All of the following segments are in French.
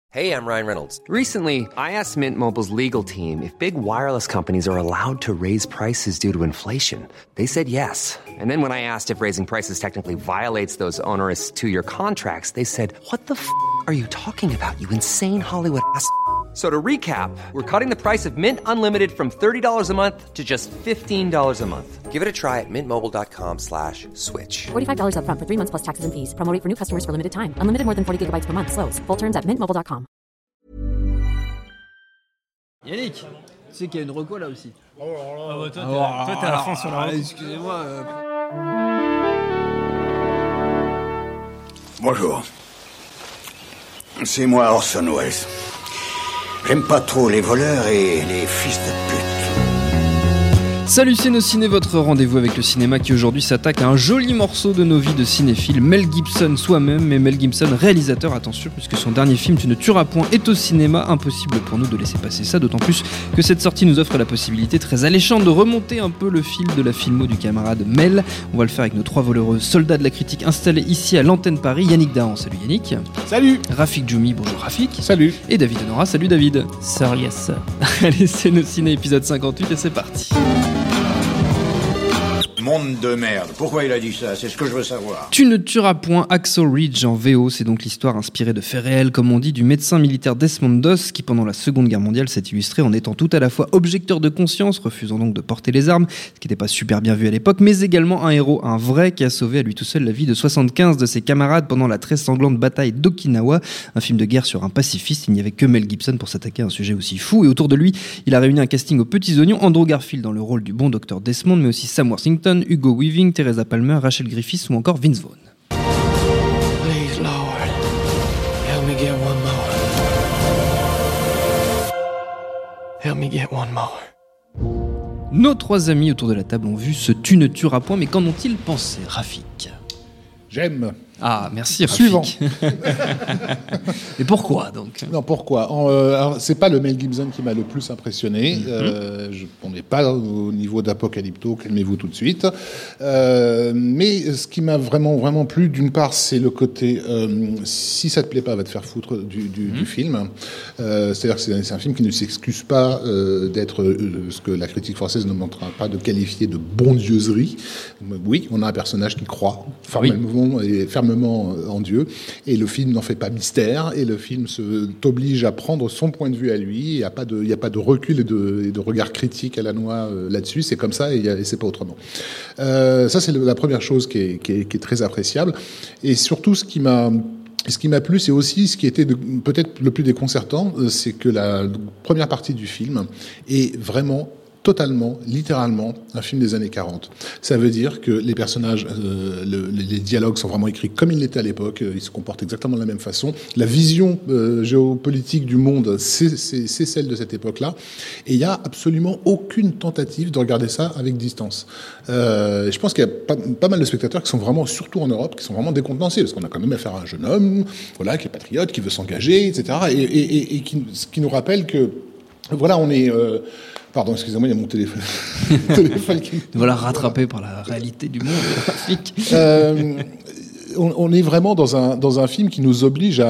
Hey, I'm Ryan Reynolds. Recently, I asked Mint Mobile's legal team if big wireless companies are allowed to raise prices due to inflation. They said yes. And then when I asked if raising prices technically violates those onerous two-year contracts, they said, "What the f*** are you talking about, you insane Hollywood ass?" So to recap, we're cutting the price of Mint Unlimited from $30 a month to just $15 a month. Give it a try at mintmobile.com/switch. $45 up front for 3 months plus taxes and fees. Promo rate for new customers for limited time. Unlimited more than 40 gigabytes per month. Slows full terms at mintmobile.com. Yannick, tu sais qu'il y a une reco là aussi. Oh là là. Toi, t'es à fond sur la reco. Excusez-moi. Bonjour. C'est moi Orson Welles. J'aime pas trop les voleurs et les fils de pute. Salut Ciné, votre rendez-vous avec le cinéma qui aujourd'hui s'attaque à un joli morceau de nos vies de cinéphiles. Mel Gibson soi-même, mais Mel Gibson réalisateur, attention, puisque son dernier film Tu ne tueras point est au cinéma. Impossible pour nous de laisser passer ça, d'autant plus que cette sortie nous offre la possibilité très alléchante de remonter un peu le fil de la filmo du camarade Mel. On va le faire avec nos 3 valeureux soldats de la critique installés ici à l'antenne Paris. Yannick Dahan, salut Yannick. Salut. Rafik Djoumi, bonjour Rafik. Salut. Et David Honora, salut David. Sorry, yes. Allez, c'est nos ciné épisode 58 et c'est parti. Monde de merde. Pourquoi il a dit ça ? C'est ce que je veux savoir. Tu ne tueras point, Hacksaw Ridge en VO, c'est donc l'histoire inspirée de faits réels, comme on dit, du médecin militaire Desmond Doss, qui pendant la Seconde Guerre mondiale s'est illustré en étant tout à la fois objecteur de conscience, refusant donc de porter les armes, ce qui n'était pas super bien vu à l'époque, mais également un héros, un vrai, qui a sauvé à lui tout seul la vie de 75 de ses camarades pendant la très sanglante bataille d'Okinawa, un film de guerre sur un pacifiste. Il n'y avait que Mel Gibson pour s'attaquer à un sujet aussi fou, et autour de lui, il a réuni un casting aux petits oignons, Andrew Garfield dans le rôle du bon docteur Desmond, mais aussi Sam Worthington, Hugo Weaving, Teresa Palmer, Rachel Griffiths ou encore Vince Vaughn. Please, Lord, help me get one more. Help me get one more. Nos 3 amis autour de la table ont vu ce Tu ne tueras point, mais qu'en ont-ils pensé, Rafik ? J'aime. Ah, merci Rafik. Suivant. Et pourquoi donc ? Non, pourquoi ? Alors, c'est pas le Mel Gibson qui m'a le plus impressionné. On n'est pas au niveau d'Apocalypto, calmez-vous tout de suite. Mais ce qui m'a vraiment plu, d'une part, c'est le côté si ça te plaît pas, va te faire foutre du film. C'est-à-dire que c'est un film qui ne s'excuse pas d'être ce que la critique française ne montrera pas de qualifier de bondieuserie. Oui, on a un personnage qui croit fermement en Dieu, et le film n'en fait pas mystère, et le film t'oblige à prendre son point de vue à lui. Il n'y a pas de recul et de regard critique à la noix là-dessus. C'est comme ça, et c'est pas autrement. Ça, c'est la première chose qui est très appréciable. Et surtout, ce qui m'a plu, c'est aussi ce qui était peut-être le plus déconcertant, c'est que la première partie du film est vraiment totalement, littéralement, un film des années 40. Ça veut dire que les personnages, les dialogues sont vraiment écrits comme ils l'étaient à l'époque, ils se comportent exactement de la même façon. La vision géopolitique du monde, c'est celle de cette époque-là. Et il n'y a absolument aucune tentative de regarder ça avec distance. Je pense qu'il y a pas mal de spectateurs qui sont vraiment, surtout en Europe, qui sont vraiment décontenancés, parce qu'on a quand même affaire à un jeune homme, voilà, qui est patriote, qui veut s'engager, etc. Et qui nous rappelle que, voilà, on est... Pardon, excusez-moi, il y a mon téléphone. Qui... Voilà, rattrapé par la réalité du monde graphique. On est vraiment dans un film qui nous oblige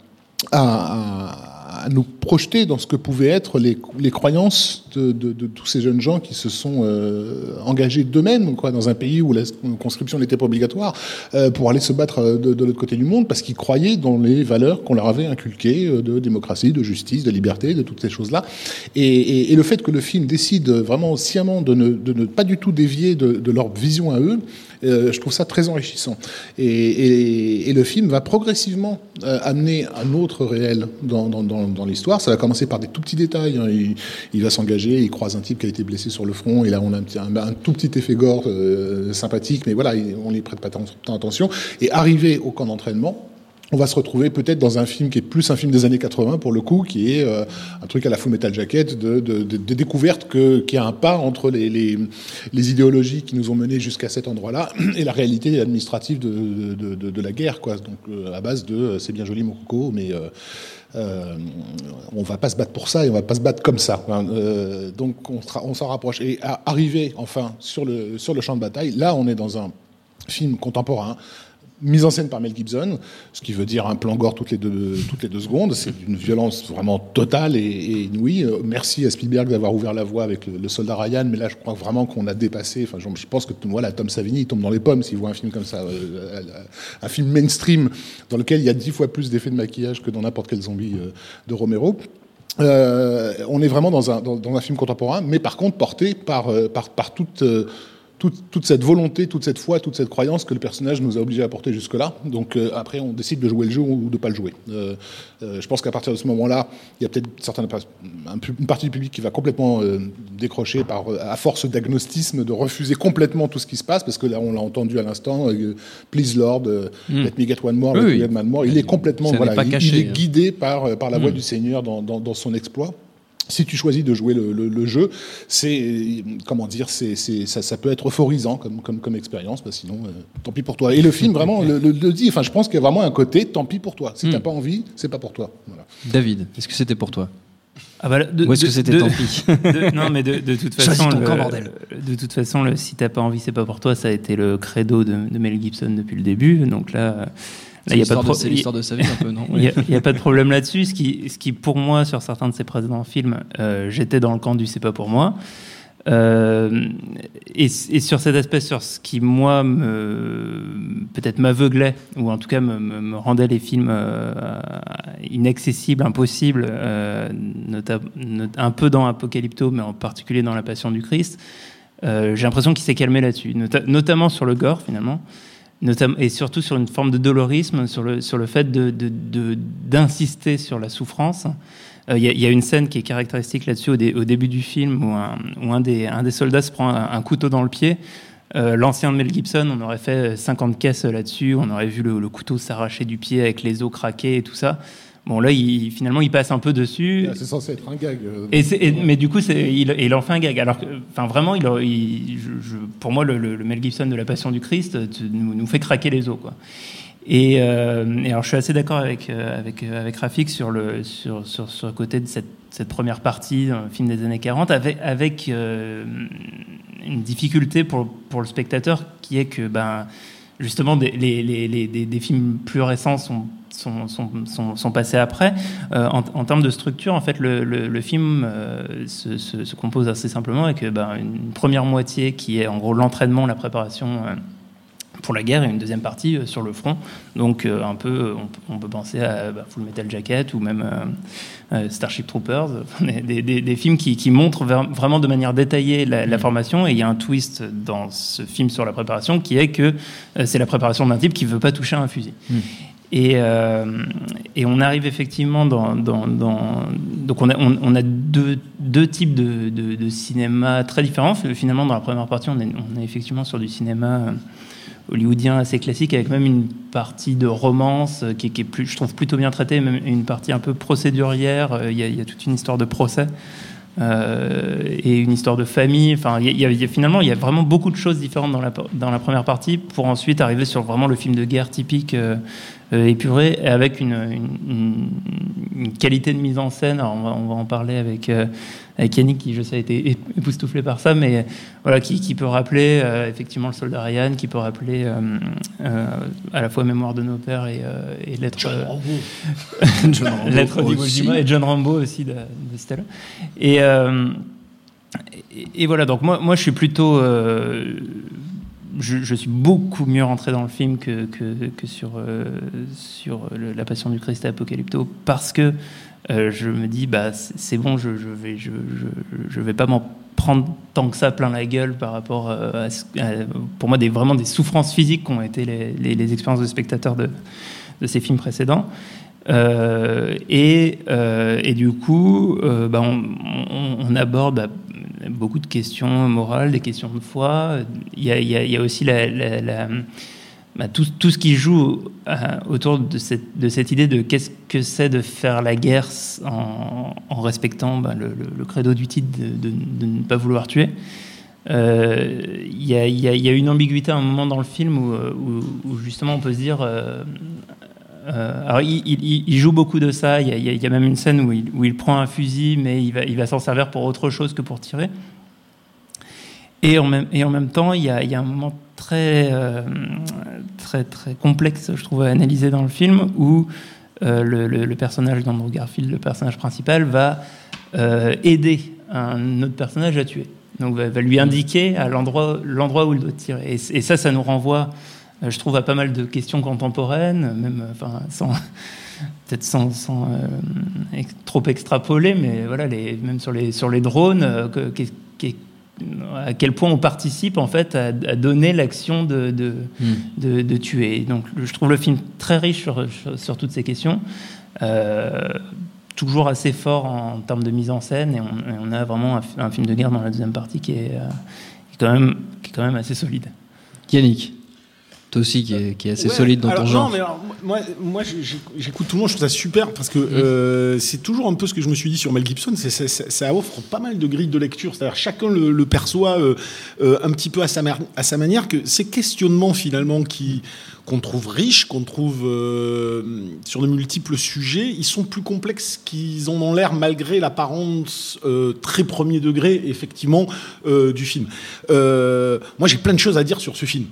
à nous projeter dans ce que pouvaient être les croyances de tous ces jeunes gens qui se sont engagés d'eux-mêmes, dans un pays où la conscription n'était pas obligatoire, pour aller se battre de l'autre côté du monde, parce qu'ils croyaient dans les valeurs qu'on leur avait inculquées de démocratie, de justice, de liberté, de toutes ces choses-là. Et le fait que le film décide vraiment sciemment de ne pas du tout dévier de leur vision à eux, je trouve ça très enrichissant. Et le film va progressivement amener un autre réel dans l'histoire. Ça va commencer par des tout petits détails. Il va s'engager, il croise un type qui a été blessé sur le front, et là on a un tout petit effet gore sympathique, mais voilà, on n'y prête pas tant attention. Et arrivé au camp d'entraînement, on va se retrouver peut-être dans un film qui est plus un film des années 80 pour le coup, qui est un truc à la Full Metal Jacket de découverte qu'il y a un pas entre les idéologies qui nous ont menés jusqu'à cet endroit-là et la réalité administrative de la guerre, quoi. Donc à base de c'est bien joli mon coco, mais on va pas se battre pour ça et on va pas se battre comme ça. Donc on s'en rapproche. Et arrivé enfin sur le champ de bataille, là on est dans un film contemporain, mise en scène par Mel Gibson, ce qui veut dire un plan gore toutes les deux secondes. C'est d'une violence vraiment totale et inouïe. Merci à Spielberg d'avoir ouvert la voie avec le soldat Ryan, mais là je crois vraiment qu'on a dépassé. Enfin, je pense que voilà, Tom Savini il tombe dans les pommes s'il voit un film comme ça, un film mainstream dans lequel il y a 10 fois plus d'effets de maquillage que dans n'importe quel zombie de Romero. On est vraiment dans un film contemporain, mais par contre porté par toute cette volonté, toute cette foi, toute cette croyance que le personnage nous a obligés à porter jusque-là. Donc après, on décide de jouer le jeu ou de pas le jouer. Je pense qu'à partir de ce moment-là, il y a peut-être une partie du public qui va complètement décrocher à force d'agnosticisme, de refuser complètement tout ce qui se passe, parce que là, on l'a entendu à l'instant, Please Lord, Let Me Get One More, Let Me Get One More. Il est complètement, il est guidé par la voix du Seigneur dans son exploit. Si tu choisis de jouer le jeu, c'est comment dire, ça peut être euphorisant comme expérience, parce que sinon, tant pis pour toi. Et le film vraiment le dit. Enfin, je pense qu'il y a vraiment un côté, tant pis pour toi. Si t'as pas envie, c'est pas pour toi. Voilà. David, est-ce que c'était pour toi? Ou est-ce que c'était tant pis? Non, mais de toute façon, choisis ton camp, bordel. De toute façon, si t'as pas envie, c'est pas pour toi. Ça a été le credo de Mel Gibson depuis le début. Donc là. C'est l'histoire de sa vie un peu, non? Il n'y a pas de problème là-dessus. Ce qui, pour moi, sur certains de ses précédents films, j'étais dans le camp du c'est pas pour moi. Et sur cet aspect, sur ce qui, moi, peut-être m'aveuglait, ou en tout cas me rendait les films inaccessibles, impossibles, un peu dans Apocalypto, mais en particulier dans La Passion du Christ, j'ai l'impression qu'il s'est calmé là-dessus, notamment sur le gore, finalement. Et surtout sur une forme de dolorisme, sur le fait d'insister sur la souffrance. Il y a une scène qui est caractéristique là-dessus au début du film où un des soldats se prend un couteau dans le pied. L'ancien Mel Gibson, on aurait fait 50 caisses là-dessus, on aurait vu le couteau s'arracher du pied avec les os craqués et tout ça. Bon, là, finalement, il passe un peu dessus. C'est censé être un gag. Mais du coup, il en fait un gag. Alors, vraiment, pour moi, le Mel Gibson de La Passion du Christ nous fait craquer les os, quoi. Et alors, je suis assez d'accord avec Rafik sur le côté de cette première partie d'un film des années 40, avec une difficulté pour le spectateur, qui est que, justement, des films plus récents sont passés après. En termes de structure, en fait, le film se compose assez simplement avec une première moitié qui est en gros l'entraînement, la préparation pour la guerre, et une deuxième partie sur le front. Donc un peu, on peut penser à Full Metal Jacket ou même Starship Troopers, des films qui montrent vraiment de manière détaillée la formation. Et il y a un twist dans ce film sur la préparation qui est que c'est la préparation d'un type qui veut pas toucher à un fusil. Et on arrive effectivement donc on a deux types de cinéma très différents. Finalement, dans la première partie, on est effectivement sur du cinéma hollywoodien assez classique, avec même une partie de romance qui est plus, je trouve, plutôt bien traitée, même une partie un peu procédurière. Il y a toute une histoire de procès et une histoire de famille. Enfin, finalement, il y a vraiment beaucoup de choses différentes dans la première partie, pour ensuite arriver sur vraiment le film de guerre typique, épuré, avec une qualité de mise en scène. Alors on va en parler avec Yannick, qui je sais a été époustouflé par ça, mais voilà, qui peut rappeler effectivement le soldat Ryan, qui peut rappeler à la fois Mémoire de nos pères et Lettre d'Iwo Jima, et John Rambo aussi de Stella. Et voilà, donc moi je suis plutôt je suis beaucoup mieux rentré dans le film que sur La Passion du Christ et Apocalypto, parce que je me dis c'est bon, je vais pas m'en prendre tant que ça plein la gueule par rapport pour moi vraiment des souffrances physiques qu'ont été les expériences de spectateurs de ces films précédents. Et du coup, on aborde beaucoup de questions morales, des questions de foi. Il y a aussi tout ce qui joue autour de cette idée de qu'est-ce que c'est de faire la guerre en respectant le credo du titre de ne pas vouloir tuer. Il y a une ambiguïté à un moment dans le film où justement on peut se dire... alors il joue beaucoup de ça. Il y a même une scène où il prend un fusil, mais il va s'en servir pour autre chose que pour tirer. Et en même temps, il y a un moment très complexe, je trouve, à analyser dans le film, où le personnage d'Andrew Garfield, le personnage principal, va aider un autre personnage à tuer. Donc va lui indiquer à l'endroit où il doit tirer. Et ça nous renvoie, je trouve, à pas mal de questions contemporaines, même, peut-être sans trop extrapoler, mais voilà, même sur les drones, à quel point on participe en fait à donner l'action de tuer. Donc je trouve le film très riche sur toutes ces questions, toujours assez fort en termes de mise en scène, et on a vraiment un film de guerre dans la deuxième partie qui est quand même assez solide. Yannick, toi aussi qui est assez solide dans ton genre. Non, mais alors, moi j'écoute tout le monde, je trouve ça super parce que c'est toujours un peu ce que je me suis dit sur Mel Gibson, ça offre pas mal de grilles de lecture, c'est-à-dire chacun le perçoit un petit peu à sa manière, que ces questionnements finalement qu'on trouve riches, qu'on trouve sur de multiples sujets, ils sont plus complexes qu'ils en ont l'air malgré l'apparence très premier degré effectivement du film. Moi j'ai plein de choses à dire sur ce film.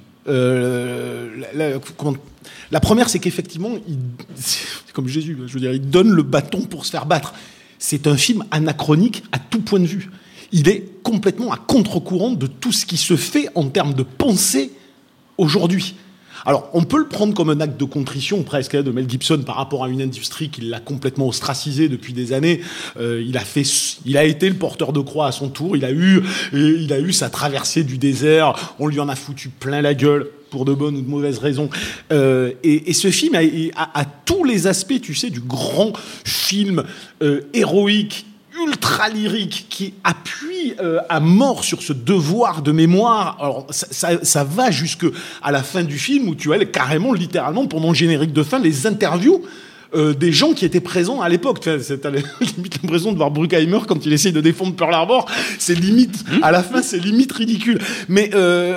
La première, c'est qu'effectivement, c'est comme Jésus, je veux dire, il donne le bâton pour se faire battre. C'est un film anachronique à tout point de vue. Il est complètement à contre-courant de tout ce qui se fait en termes de pensée aujourd'hui. Alors, on peut le prendre comme un acte de contrition presque de Mel Gibson par rapport à une industrie qui l'a complètement ostracisé depuis des années. Il a été le porteur de croix à son tour. Il a eu sa traversée du désert. On lui en a foutu plein la gueule pour de bonnes ou de mauvaises raisons. Et ce film a tous les aspects, tu sais, du grand film héroïque, ultra lyrique, qui appuie à mort sur ce devoir de mémoire. Alors ça va jusque à la fin du film où tu as carrément, littéralement, pendant le générique de fin, les interviews des gens qui étaient présents à l'époque. T'as limite l'impression de voir Bruckheimer quand il essaye de défendre Pearl Harbor. C'est limite, à la fin, c'est limite ridicule. Mais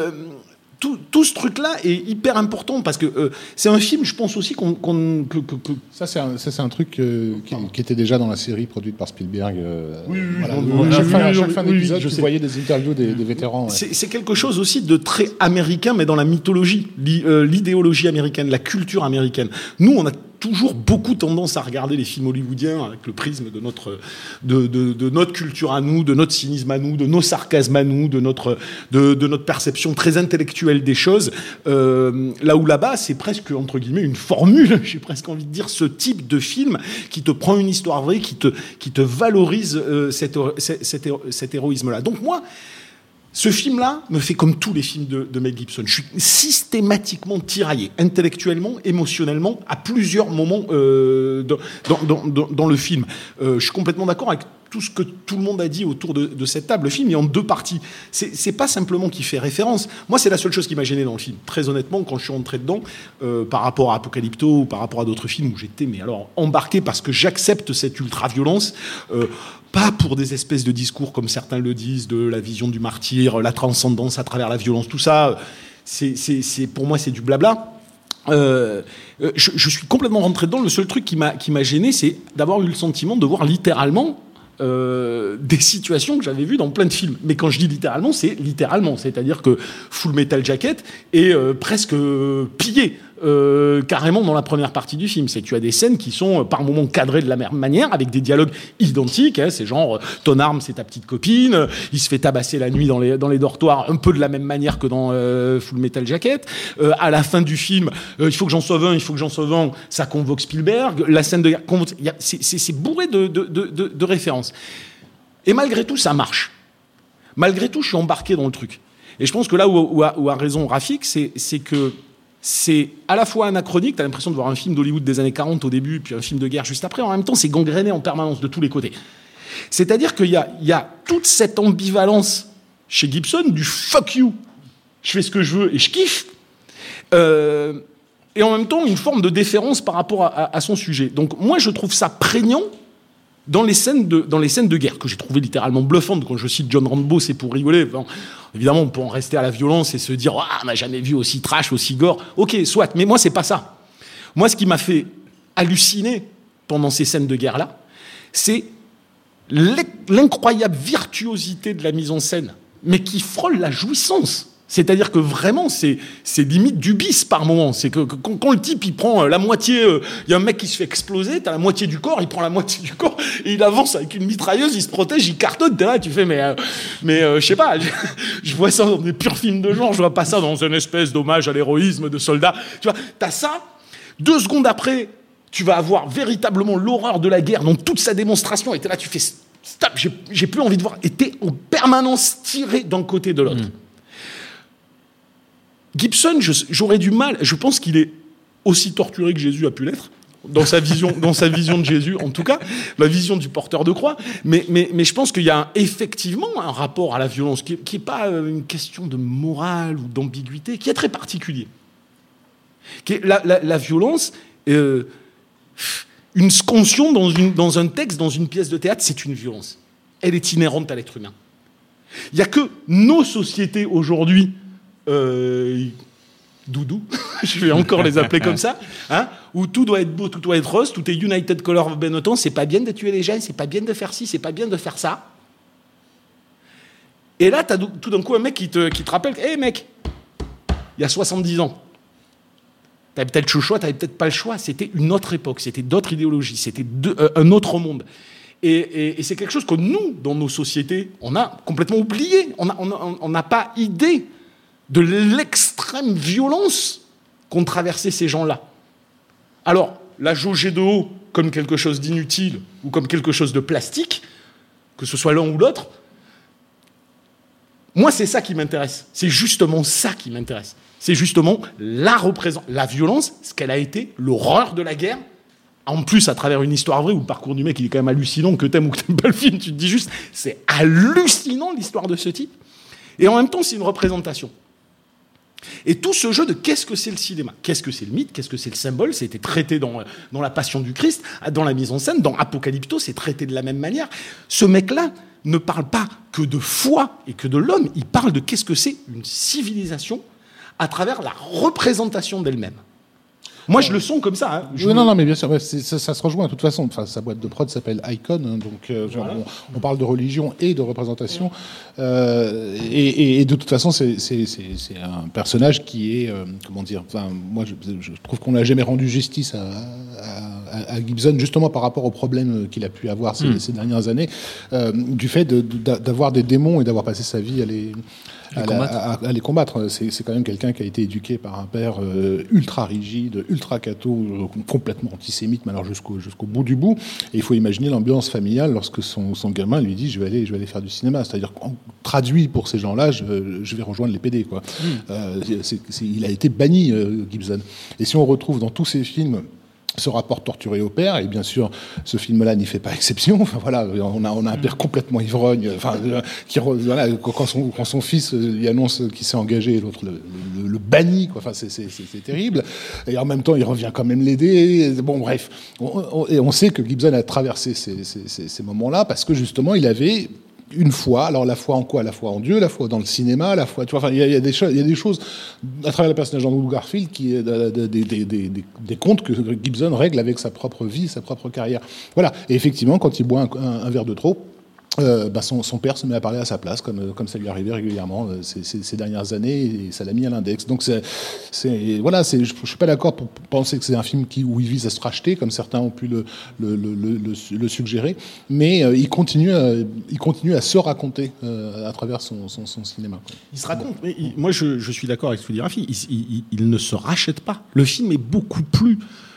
tout ce truc-là est hyper important parce que c'est un film, je pense aussi Ça, c'est un truc qui était déjà dans la série produite par Spielberg. Chaque fin d'épisode, tu voyais des interviews des vétérans. Ouais. C'est quelque chose aussi de très américain, mais dans la mythologie, l'idéologie américaine, la culture américaine. Nous, on a toujours beaucoup tendance à regarder les films hollywoodiens avec le prisme de notre culture à nous, de notre cynisme à nous, de nos sarcasmes à nous, de notre perception très intellectuelle des choses. Là où là-bas, c'est presque, entre guillemets, une formule, j'ai presque envie de dire, ce type de film qui te prend une histoire vraie, qui te valorise cet héroïsme-là. Donc moi, ce film-là me fait comme tous les films de Mel Gibson. Je suis systématiquement tiraillé, intellectuellement, émotionnellement, à plusieurs moments dans le film. Je suis complètement d'accord avec tout ce que tout le monde a dit autour de cette table. Le film est en deux parties. C'est pas simplement qu'il fait référence. Moi, c'est la seule chose qui m'a gêné dans le film. Très honnêtement, quand je suis rentré dedans, par rapport à Apocalypto ou par rapport à d'autres films où j'étais, mais alors, embarqué parce que j'accepte cette ultra-violence, pas pour des espèces de discours comme certains le disent, de la vision du martyr, la transcendance à travers la violence, tout ça, pour moi, c'est du blabla. Je suis complètement rentré dedans. Le seul truc qui m'a gêné, c'est d'avoir eu le sentiment de voir littéralement des situations que j'avais vues dans plein de films. Mais quand je dis littéralement, c'est-à-dire que Full Metal Jacket est presque pillé carrément dans la première partie du film. C'est que tu as des scènes qui sont par moments cadrées de la même manière, avec des dialogues identiques. C'est genre, ton arme, c'est ta petite copine, il se fait tabasser la nuit dans les dortoirs, un peu de la même manière que dans Full Metal Jacket. À la fin du film, il faut que j'en sauve un, ça convoque Spielberg. La scène de guerre, c'est bourré de références. Et malgré tout, ça marche. Malgré tout, je suis embarqué dans le truc. Et je pense que là où a raison Rafik, c'est que c'est à la fois anachronique, t'as l'impression de voir un film d'Hollywood des années 40 au début, puis un film de guerre juste après, en même temps c'est gangréné en permanence de tous les côtés. C'est-à-dire qu'il y a toute cette ambivalence chez Gibson du « fuck you », je fais ce que je veux et je kiffe, et en même temps une forme de déférence par rapport à son sujet. Donc moi je trouve ça prégnant dans les scènes de guerre, que j'ai trouvé littéralement bluffantes. Quand je cite John Rambo, c'est pour rigoler. Bon, évidemment, on peut en rester à la violence et se dire « Ah, on n'a jamais vu aussi trash, aussi gore. » Ok, soit, mais moi, c'est pas ça. Moi, ce qui m'a fait halluciner pendant ces scènes de guerre-là, c'est l'incroyable virtuosité de la mise en scène mais qui frôle la jouissance. C'est-à-dire que vraiment, c'est limite du bis par moment. C'est que quand le type, il prend la moitié... Il y a un mec qui se fait exploser, t'as la moitié du corps, il prend la moitié du corps, et il avance avec une mitrailleuse, il se protège, il cartonne. T'es là, tu fais, mais je sais pas, je vois ça dans des purs films de genre, je vois pas ça dans une espèce d'hommage à l'héroïsme de soldats. Tu vois, t'as ça, 2 secondes après, tu vas avoir véritablement l'horreur de la guerre dans toute sa démonstration, et t'es là, tu fais, stop, j'ai plus envie de voir. Et t'es en permanence tiré d'un côté de l'autre. Gibson, j'aurais du mal. Je pense qu'il est aussi torturé que Jésus a pu l'être dans sa vision de Jésus, en tout cas, la vision du porteur de croix. Mais je pense qu'il y a effectivement un rapport à la violence qui est pas une question de morale ou d'ambiguïté, qui est très particulier. La violence, une scansion dans un texte, dans une pièce de théâtre, c'est une violence. Elle est inhérente à l'être humain. Il n'y a que nos sociétés aujourd'hui. Doudou, je vais encore les appeler comme ça, hein, où tout doit être beau, tout doit être rose, tout est United Color of Benetton, c'est pas bien de tuer les gens, c'est pas bien de faire ci, c'est pas bien de faire ça. Et là, t'as tout d'un coup un mec qui te rappelle, hé mec, il y a 70 ans, t'avais peut-être le choix, t'avais peut-être pas le choix, c'était une autre époque, c'était d'autres idéologies, c'était un autre monde. Et c'est quelque chose que nous, dans nos sociétés, on a complètement oublié, on n'a pas idée de l'extrême violence qu'ont traversé ces gens-là. Alors, la jauger de haut comme quelque chose d'inutile ou comme quelque chose de plastique, que ce soit l'un ou l'autre, moi, c'est ça qui m'intéresse. C'est justement ça qui m'intéresse. C'est justement la violence, ce qu'elle a été, l'horreur de la guerre, en plus à travers une histoire vraie où le parcours du mec, il est quand même hallucinant, que t'aimes ou que t'aimes pas le film, tu te dis juste, c'est hallucinant l'histoire de ce type. Et en même temps, c'est une représentation. Et tout ce jeu de qu'est-ce que c'est le cinéma, qu'est-ce que c'est le mythe, qu'est-ce que c'est le symbole, c'était traité dans la Passion du Christ, dans la mise en scène, dans Apocalypto, c'est traité de la même manière. Ce mec-là ne parle pas que de foi et que de l'homme, il parle de qu'est-ce que c'est une civilisation à travers la représentation d'elle-même. Moi, je le sens comme ça. Hein. Oui, non, mais bien sûr, ouais, ça se rejoint de toute façon. Enfin, sa boîte de prod s'appelle Icon, hein, donc voilà. on parle de religion et de représentation. Et de toute façon, c'est un personnage qui est, comment dire, enfin, moi, je trouve qu'on n'a jamais rendu justice à Gibson, justement par rapport aux problèmes qu'il a pu avoir ces dernières années, du fait d'avoir des démons et d'avoir passé sa vie à les combattre. C'est quand même quelqu'un qui a été éduqué par un père ultra rigide, ultra catho, complètement antisémite, mais alors jusqu'au bout du bout. Et il faut imaginer l'ambiance familiale lorsque son gamin lui dit je vais aller faire du cinéma. C'est-à-dire qu'on traduit pour ces gens-là, je vais rejoindre les PD, quoi. Il a été banni, Gibson. Et si on retrouve dans tous ces films ce rapport torturé au père, et bien sûr, ce film-là n'y fait pas exception. Enfin, voilà, on a un père complètement ivrogne, enfin, voilà, quand son fils lui annonce qu'il s'est engagé, et l'autre le bannit, quoi. Enfin, c'est terrible. Et en même temps, il revient quand même l'aider. Bon, bref. Et on sait que Gibson a traversé ces moments-là parce que justement, il avait une foi. Alors la foi en quoi? La foi en Dieu, la foi dans le cinéma, la foi. Tu vois, enfin, il y a des choses à travers le personnage d'Andrew Garfield qui est des comptes que Gibson règle avec sa propre vie, sa propre carrière. Voilà. Et effectivement, quand il boit un verre de trop, son père se met à parler à sa place, comme ça lui arrivait régulièrement ces dernières années, et ça l'a mis à l'index. Donc voilà, je suis pas d'accord pour penser que c'est un film où il vise à se racheter, comme certains ont pu le suggérer, mais il continue à se raconter à travers son cinéma. Il se raconte, mais moi je suis d'accord avec ce que dit Rafi, il ne se rachète pas. Le film est beaucoup plus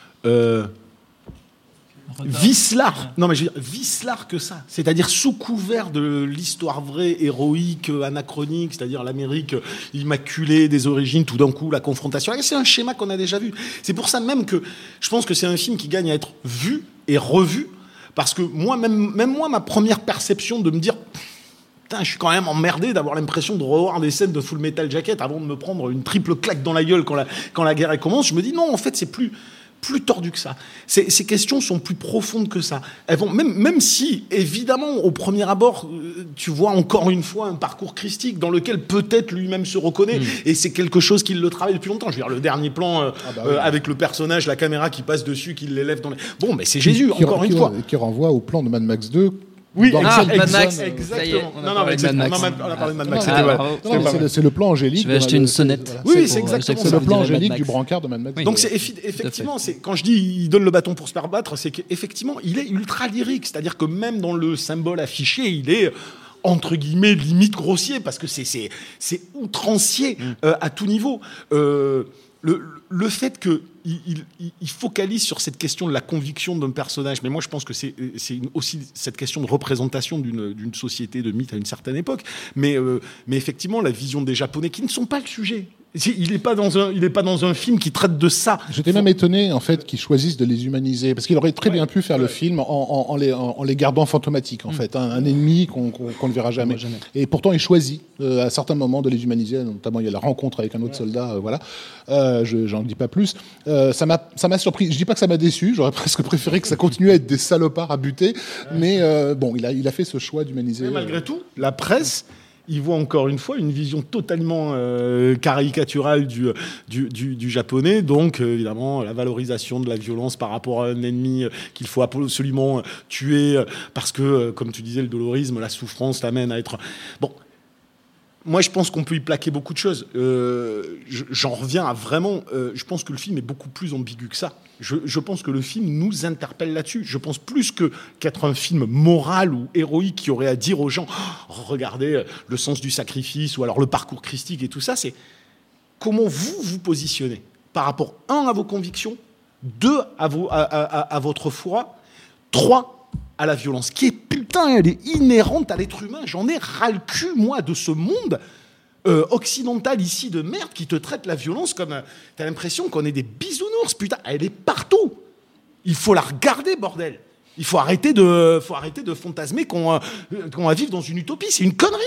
vicelard. Non, mais je veux dire, vicelard que ça. C'est-à-dire sous couvert de l'histoire vraie, héroïque, anachronique, c'est-à-dire l'Amérique immaculée des origines, tout d'un coup, la confrontation. Et c'est un schéma qu'on a déjà vu. C'est pour ça même que je pense que c'est un film qui gagne à être vu et revu. Parce que moi, même moi, ma première perception de me dire... Putain, je suis quand même emmerdé d'avoir l'impression de revoir des scènes de Full Metal Jacket avant de me prendre une triple claque dans la gueule quand la guerre elle commence. Je me dis non, en fait, c'est plus tordu que ça. Ces questions sont plus profondes que ça. Elles vont, même si, évidemment, au premier abord, tu vois encore une fois un parcours christique dans lequel peut-être lui-même se reconnaît, et c'est quelque chose qu'il le travaille depuis longtemps. Je veux dire, le dernier plan avec le personnage, la caméra qui passe dessus, qui l'élève dans les... Bon, mais c'est Jésus, encore une fois. Qui renvoie au plan de Mad Max 2, Oui, dans Mad Mel Gibson, Max, exactement. On a parlé de Mad Max. C'est le plan angélique. Je vais acheter une sonnette. Oui, c'est exactement C'est ça. le plan angélique du brancard de Mad Max. Donc c'est effectivement, quand je dis il donne le bâton pour se faire battre, c'est qu'effectivement il est ultra lyrique, c'est-à-dire que même dans le symbole affiché, il est entre guillemets limite grossier parce que c'est outrancier à tout niveau. Le fait qu'il focalise sur cette question de la conviction d'un personnage, mais moi je pense que c'est aussi cette question de représentation d'une société de mythe à une certaine époque, mais effectivement la vision des Japonais qui ne sont pas le sujet. Il n'est pas dans un film qui traite de ça. J'étais même étonné en fait qu'ils choisissent de les humaniser parce qu'il aurait très bien pu faire le film en les gardant fantomatiques en fait, un ennemi qu'on ne verra jamais. Et pourtant il choisit à certains moments de les humaniser, notamment il y a la rencontre avec un autre soldat, voilà. J'en dis pas plus. Ça m'a surpris. Je dis pas que ça m'a déçu. J'aurais presque préféré que ça continue à être des salopards à buter, mais bon, il a fait ce choix d'humaniser. Mais malgré tout, la presse. Il voit encore une fois une vision totalement caricaturale du japonais. Donc, évidemment, la valorisation de la violence par rapport à un ennemi qu'il faut absolument tuer parce que, comme tu disais, le dolorisme, la souffrance l'amène à être... Bon, moi, je pense qu'on peut y plaquer beaucoup de choses. J'en reviens à vraiment... je pense que le film est beaucoup plus ambigu que ça. Je pense que le film nous interpelle là-dessus. Je pense plus qu'être un film moral ou héroïque qui aurait à dire aux gens oh, regardez le sens du sacrifice ou alors le parcours christique et tout ça, c'est comment vous positionnez par rapport, 1, à vos convictions, 2, à votre foi, 3, à la violence, qui est putain, elle est inhérente à l'être humain. J'en ai ras le cul, moi, de ce monde occidental ici de merde qui te traite la violence comme... T'as l'impression qu'on est des bisounours, putain, elle est partout. Il faut la regarder, bordel. Il faut arrêter de fantasmer qu'on va vivre dans une utopie. C'est une connerie.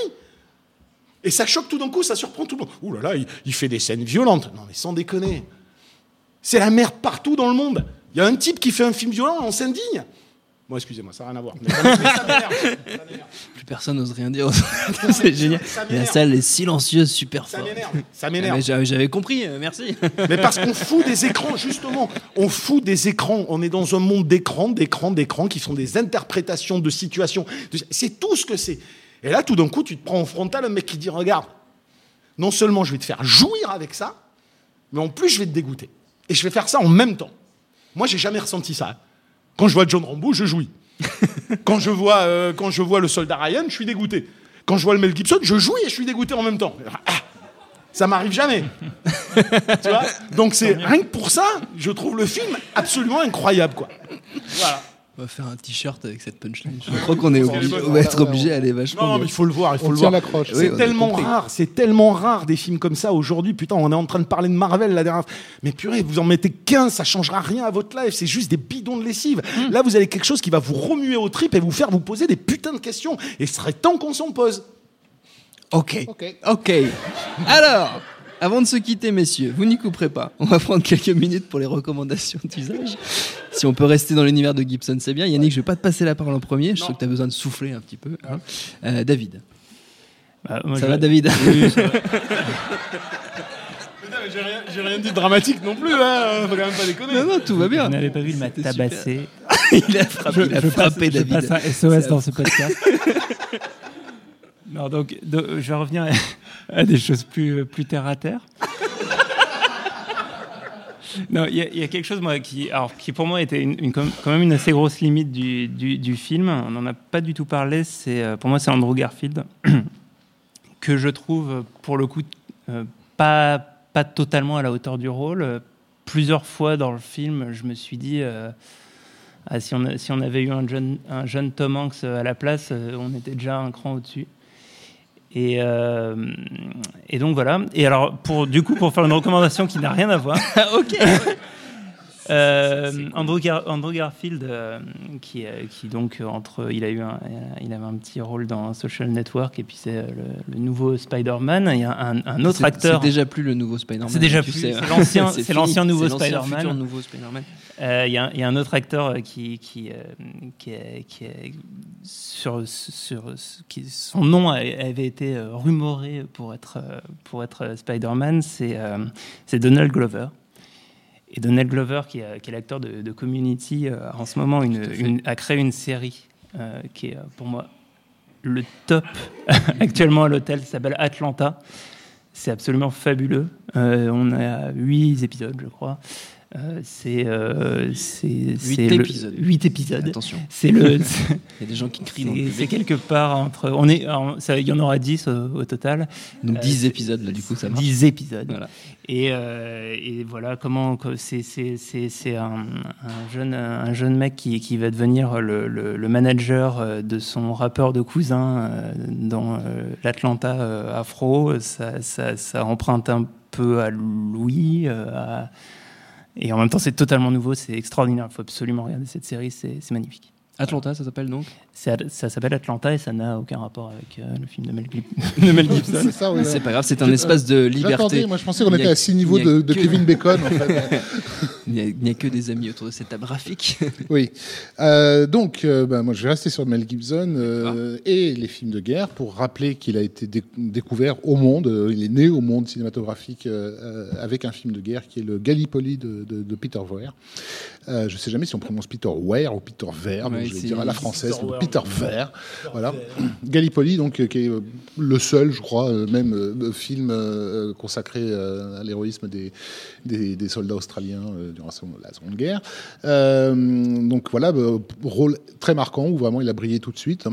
Et ça choque tout d'un coup, ça surprend tout le monde. Ouh là là, il fait des scènes violentes. Non mais sans déconner. C'est la merde partout dans le monde. Il y a un type qui fait un film violent, on s'indigne. Bon, excusez-moi, ça n'a rien à voir. Mais ça m'énerve. Plus personne n'ose rien dire. C'est génial. La salle est silencieuse, super fort. Ça m'énerve. J'avais compris, merci. Mais parce qu'on fout des écrans, justement. On fout des écrans. On est dans un monde d'écrans qui font des interprétations de situations. C'est tout ce que c'est. Et là, tout d'un coup, tu te prends en frontal un mec qui dit regarde, non seulement je vais te faire jouir avec ça, mais en plus, je vais te dégoûter. Et je vais faire ça en même temps. Moi, j'ai jamais ressenti ça. Quand je vois John Rambo, je jouis. Quand je vois le soldat Ryan, je suis dégoûté. Quand je vois le Mel Gibson, je jouis et je suis dégoûté en même temps. Ça m'arrive jamais. Tu vois ? Donc c'est rien que pour ça, je trouve le film absolument incroyable, quoi. Voilà. On va faire un t-shirt avec cette punchline. Je crois qu'on va être obligé d'aller vachement. Non, mais il faut le voir, l'accroche. C'est tellement rare des films comme ça aujourd'hui. Putain, on est en train de parler de Marvel la dernière fois. Mais purée, vous en mettez 15, ça changera rien à votre life. C'est juste des bidons de lessive. Là, vous avez quelque chose qui va vous remuer aux tripes et vous faire vous poser des putains de questions. Et ce serait temps qu'on s'en pose. Ok. Alors, avant de se quitter, messieurs, vous n'y couperez pas. On va prendre quelques minutes pour les recommandations d'usage. Si on peut rester dans l'univers de Gibson, c'est bien. Yannick, je vais pas te passer la parole en premier. Je sais que tu as besoin de souffler un petit peu. Hein. David. Ça va, David? Oui, ça va. J'ai rien dit de dramatique non plus, hein. Faut quand même pas déconner. Non, tout va bien. Vous n'avez pas vu, il m'a tabassé. Il a frappé David. Je passe un SOS dans ce podcast. Non, donc, je vais revenir à des choses plus terre à terre. Non, il y a quelque chose moi qui pour moi était quand même une assez grosse limite du film. On n'en a pas du tout parlé. Pour moi, c'est Andrew Garfield que je trouve pour le coup pas totalement à la hauteur du rôle. Plusieurs fois dans le film, je me suis dit si on avait eu un jeune Tom Hanks à la place, on était déjà un cran au-dessus. Et donc voilà. Et alors pour faire une recommandation qui n'a rien à voir. Ok. Andrew Garfield, qui donc il avait un petit rôle dans Social Network et puis c'est le nouveau Spider-Man. Il y a un autre acteur. C'est déjà plus le nouveau Spider-Man. C'est déjà plus. C'est l'ancien nouveau Spider-Man. Futur nouveau Spider-Man. Il y a un autre acteur son nom avait été rumoré pour être Spider-Man, c'est Donald Glover. Et Donald Glover, qui est l'acteur de Community, en ce moment a créé une série qui est pour moi le top actuellement à l'hôtel. Ça s'appelle Atlanta. C'est absolument fabuleux. On a 8 épisodes, je crois. C'est 8 épisodes. 8 épisodes. Attention. Il y a des gens qui crient dans le public. C'est quelque part entre. Il y en aura 10 au total. Donc 10 épisodes, là, du coup, ça marche. 10 épisodes. Voilà. Et voilà comment. C'est un jeune mec qui va devenir le manager de son rappeur de cousin dans l'Atlanta afro. Ça emprunte un peu à Louis. Et en même temps, c'est totalement nouveau, c'est extraordinaire. Il faut absolument regarder cette série, c'est magnifique. Atlanta, ça s'appelle donc ? Ça s'appelle Atlanta et ça n'a aucun rapport avec le film de Mel Gibson. C'est ça, oui. C'est pas grave, c'est un espace de liberté. J'attendais, moi je pensais qu'on était à 6 niveaux de Kevin Bacon. En fait. Il n'y a que des amis autour de cette table graphique. Oui. Donc, moi je vais rester sur Mel Gibson et les films de guerre pour rappeler qu'il a été découvert au monde. Il est né au monde cinématographique avec un film de guerre qui est le Gallipoli de Peter Weir. Je ne sais jamais si on prononce Peter Weir ou Peter Weir, donc je vais dire à la française, Peter Weir. Voilà. Gallipoli, donc, qui est le seul, je crois, même film consacré à l'héroïsme des soldats australiens durant la Seconde Guerre. Donc voilà, rôle très marquant où vraiment il a brillé tout de suite.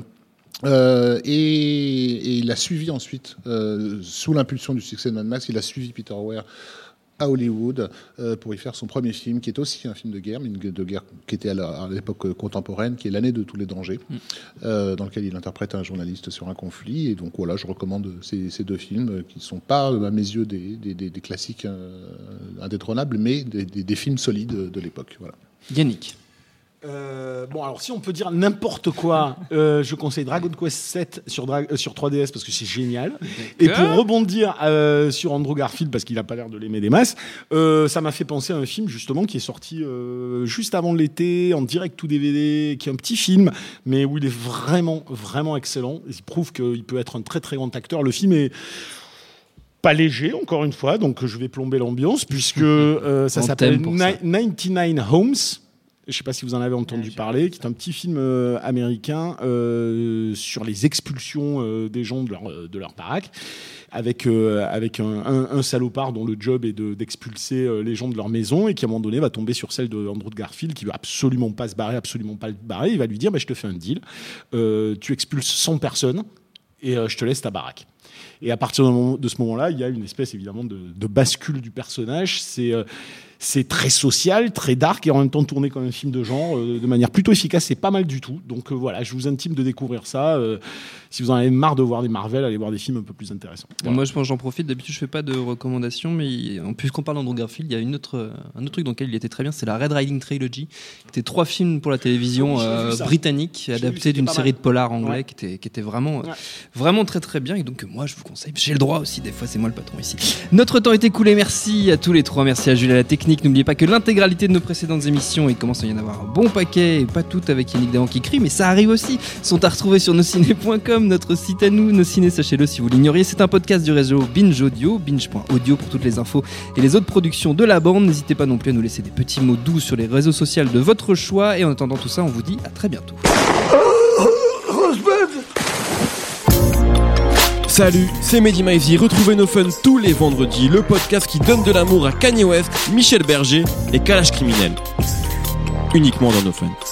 Et il a suivi ensuite, sous l'impulsion du succès de Mad Max, il a suivi Peter Weir à Hollywood pour y faire son premier film, qui est aussi un film de guerre, mais de guerre qui était à l'époque contemporaine, qui est L'année de tous les dangers, dans lequel il interprète un journaliste sur un conflit. Et donc voilà, je recommande ces deux films qui ne sont pas, à mes yeux, des classiques indétrônables, mais des films solides de l'époque. Voilà. Yannick. Bon, alors si on peut dire n'importe quoi, je conseille Dragon Quest 7 sur 3DS parce que c'est génial. Et pour rebondir sur Andrew Garfield parce qu'il a pas l'air de l'aimer des masses, ça m'a fait penser à un film justement qui est sorti juste avant l'été en direct tout DVD, qui est un petit film mais où il est vraiment vraiment excellent. Il prouve qu'il peut être un très très grand acteur. Le film est pas léger, encore une fois, donc je vais plomber l'ambiance puisque ça s'appelle 99 Homes. Je ne sais pas si vous en avez entendu parler, qui est un petit film américain sur les expulsions des gens de leur baraque, avec un salopard dont le job est d'expulser les gens de leur maison et qui à un moment donné va tomber sur celle de Andrew Garfield qui veut absolument pas se barrer, absolument pas le barrer. Il va lui dire je te fais un deal, tu expulses 100 personnes et je te laisse ta baraque. Et à partir de ce moment-là, il y a une espèce évidemment de bascule du personnage. C'est très social, très dark et en même temps tourné comme un film de genre de manière plutôt efficace. C'est pas mal du tout. Donc voilà, je vous intime de découvrir ça. Si vous en avez marre de voir des Marvel, allez voir des films un peu plus intéressants. Voilà. Moi, je pense j'en profite. D'habitude, je fais pas de recommandations, mais puisqu'on parle d'Andrew Garfield, il y a un autre truc dans lequel il était très bien. C'est la Red Riding Trilogy. C'était 3 films pour la télévision britannique, adaptés d'une série de polars anglais qui était vraiment vraiment très très bien. Et donc moi, je vous conseille. J'ai le droit aussi. Des fois, c'est moi le patron ici. Notre temps est écoulé. Merci à tous les 3. Merci à Jules à la technique. N'oubliez pas que l'intégralité de nos précédentes émissions, il commence à y en avoir un bon paquet, et pas toutes avec Yannick Dahan qui crie, mais ça arrive aussi, sont à retrouver sur nosciné.com, notre site à nous. Nos Ciné, sachez-le si vous l'ignoriez, c'est un podcast du réseau Binge Audio, binge.audio pour toutes les infos et les autres productions de la bande. N'hésitez pas non plus à nous laisser des petits mots doux sur les réseaux sociaux de votre choix, et en attendant tout ça, on vous dit à très bientôt. Salut, c'est Mehdi Maizy. Retrouvez No Fun tous les vendredis, le podcast qui donne de l'amour à Kanye West, Michel Berger et Kalash Criminel. Uniquement dans No Fun.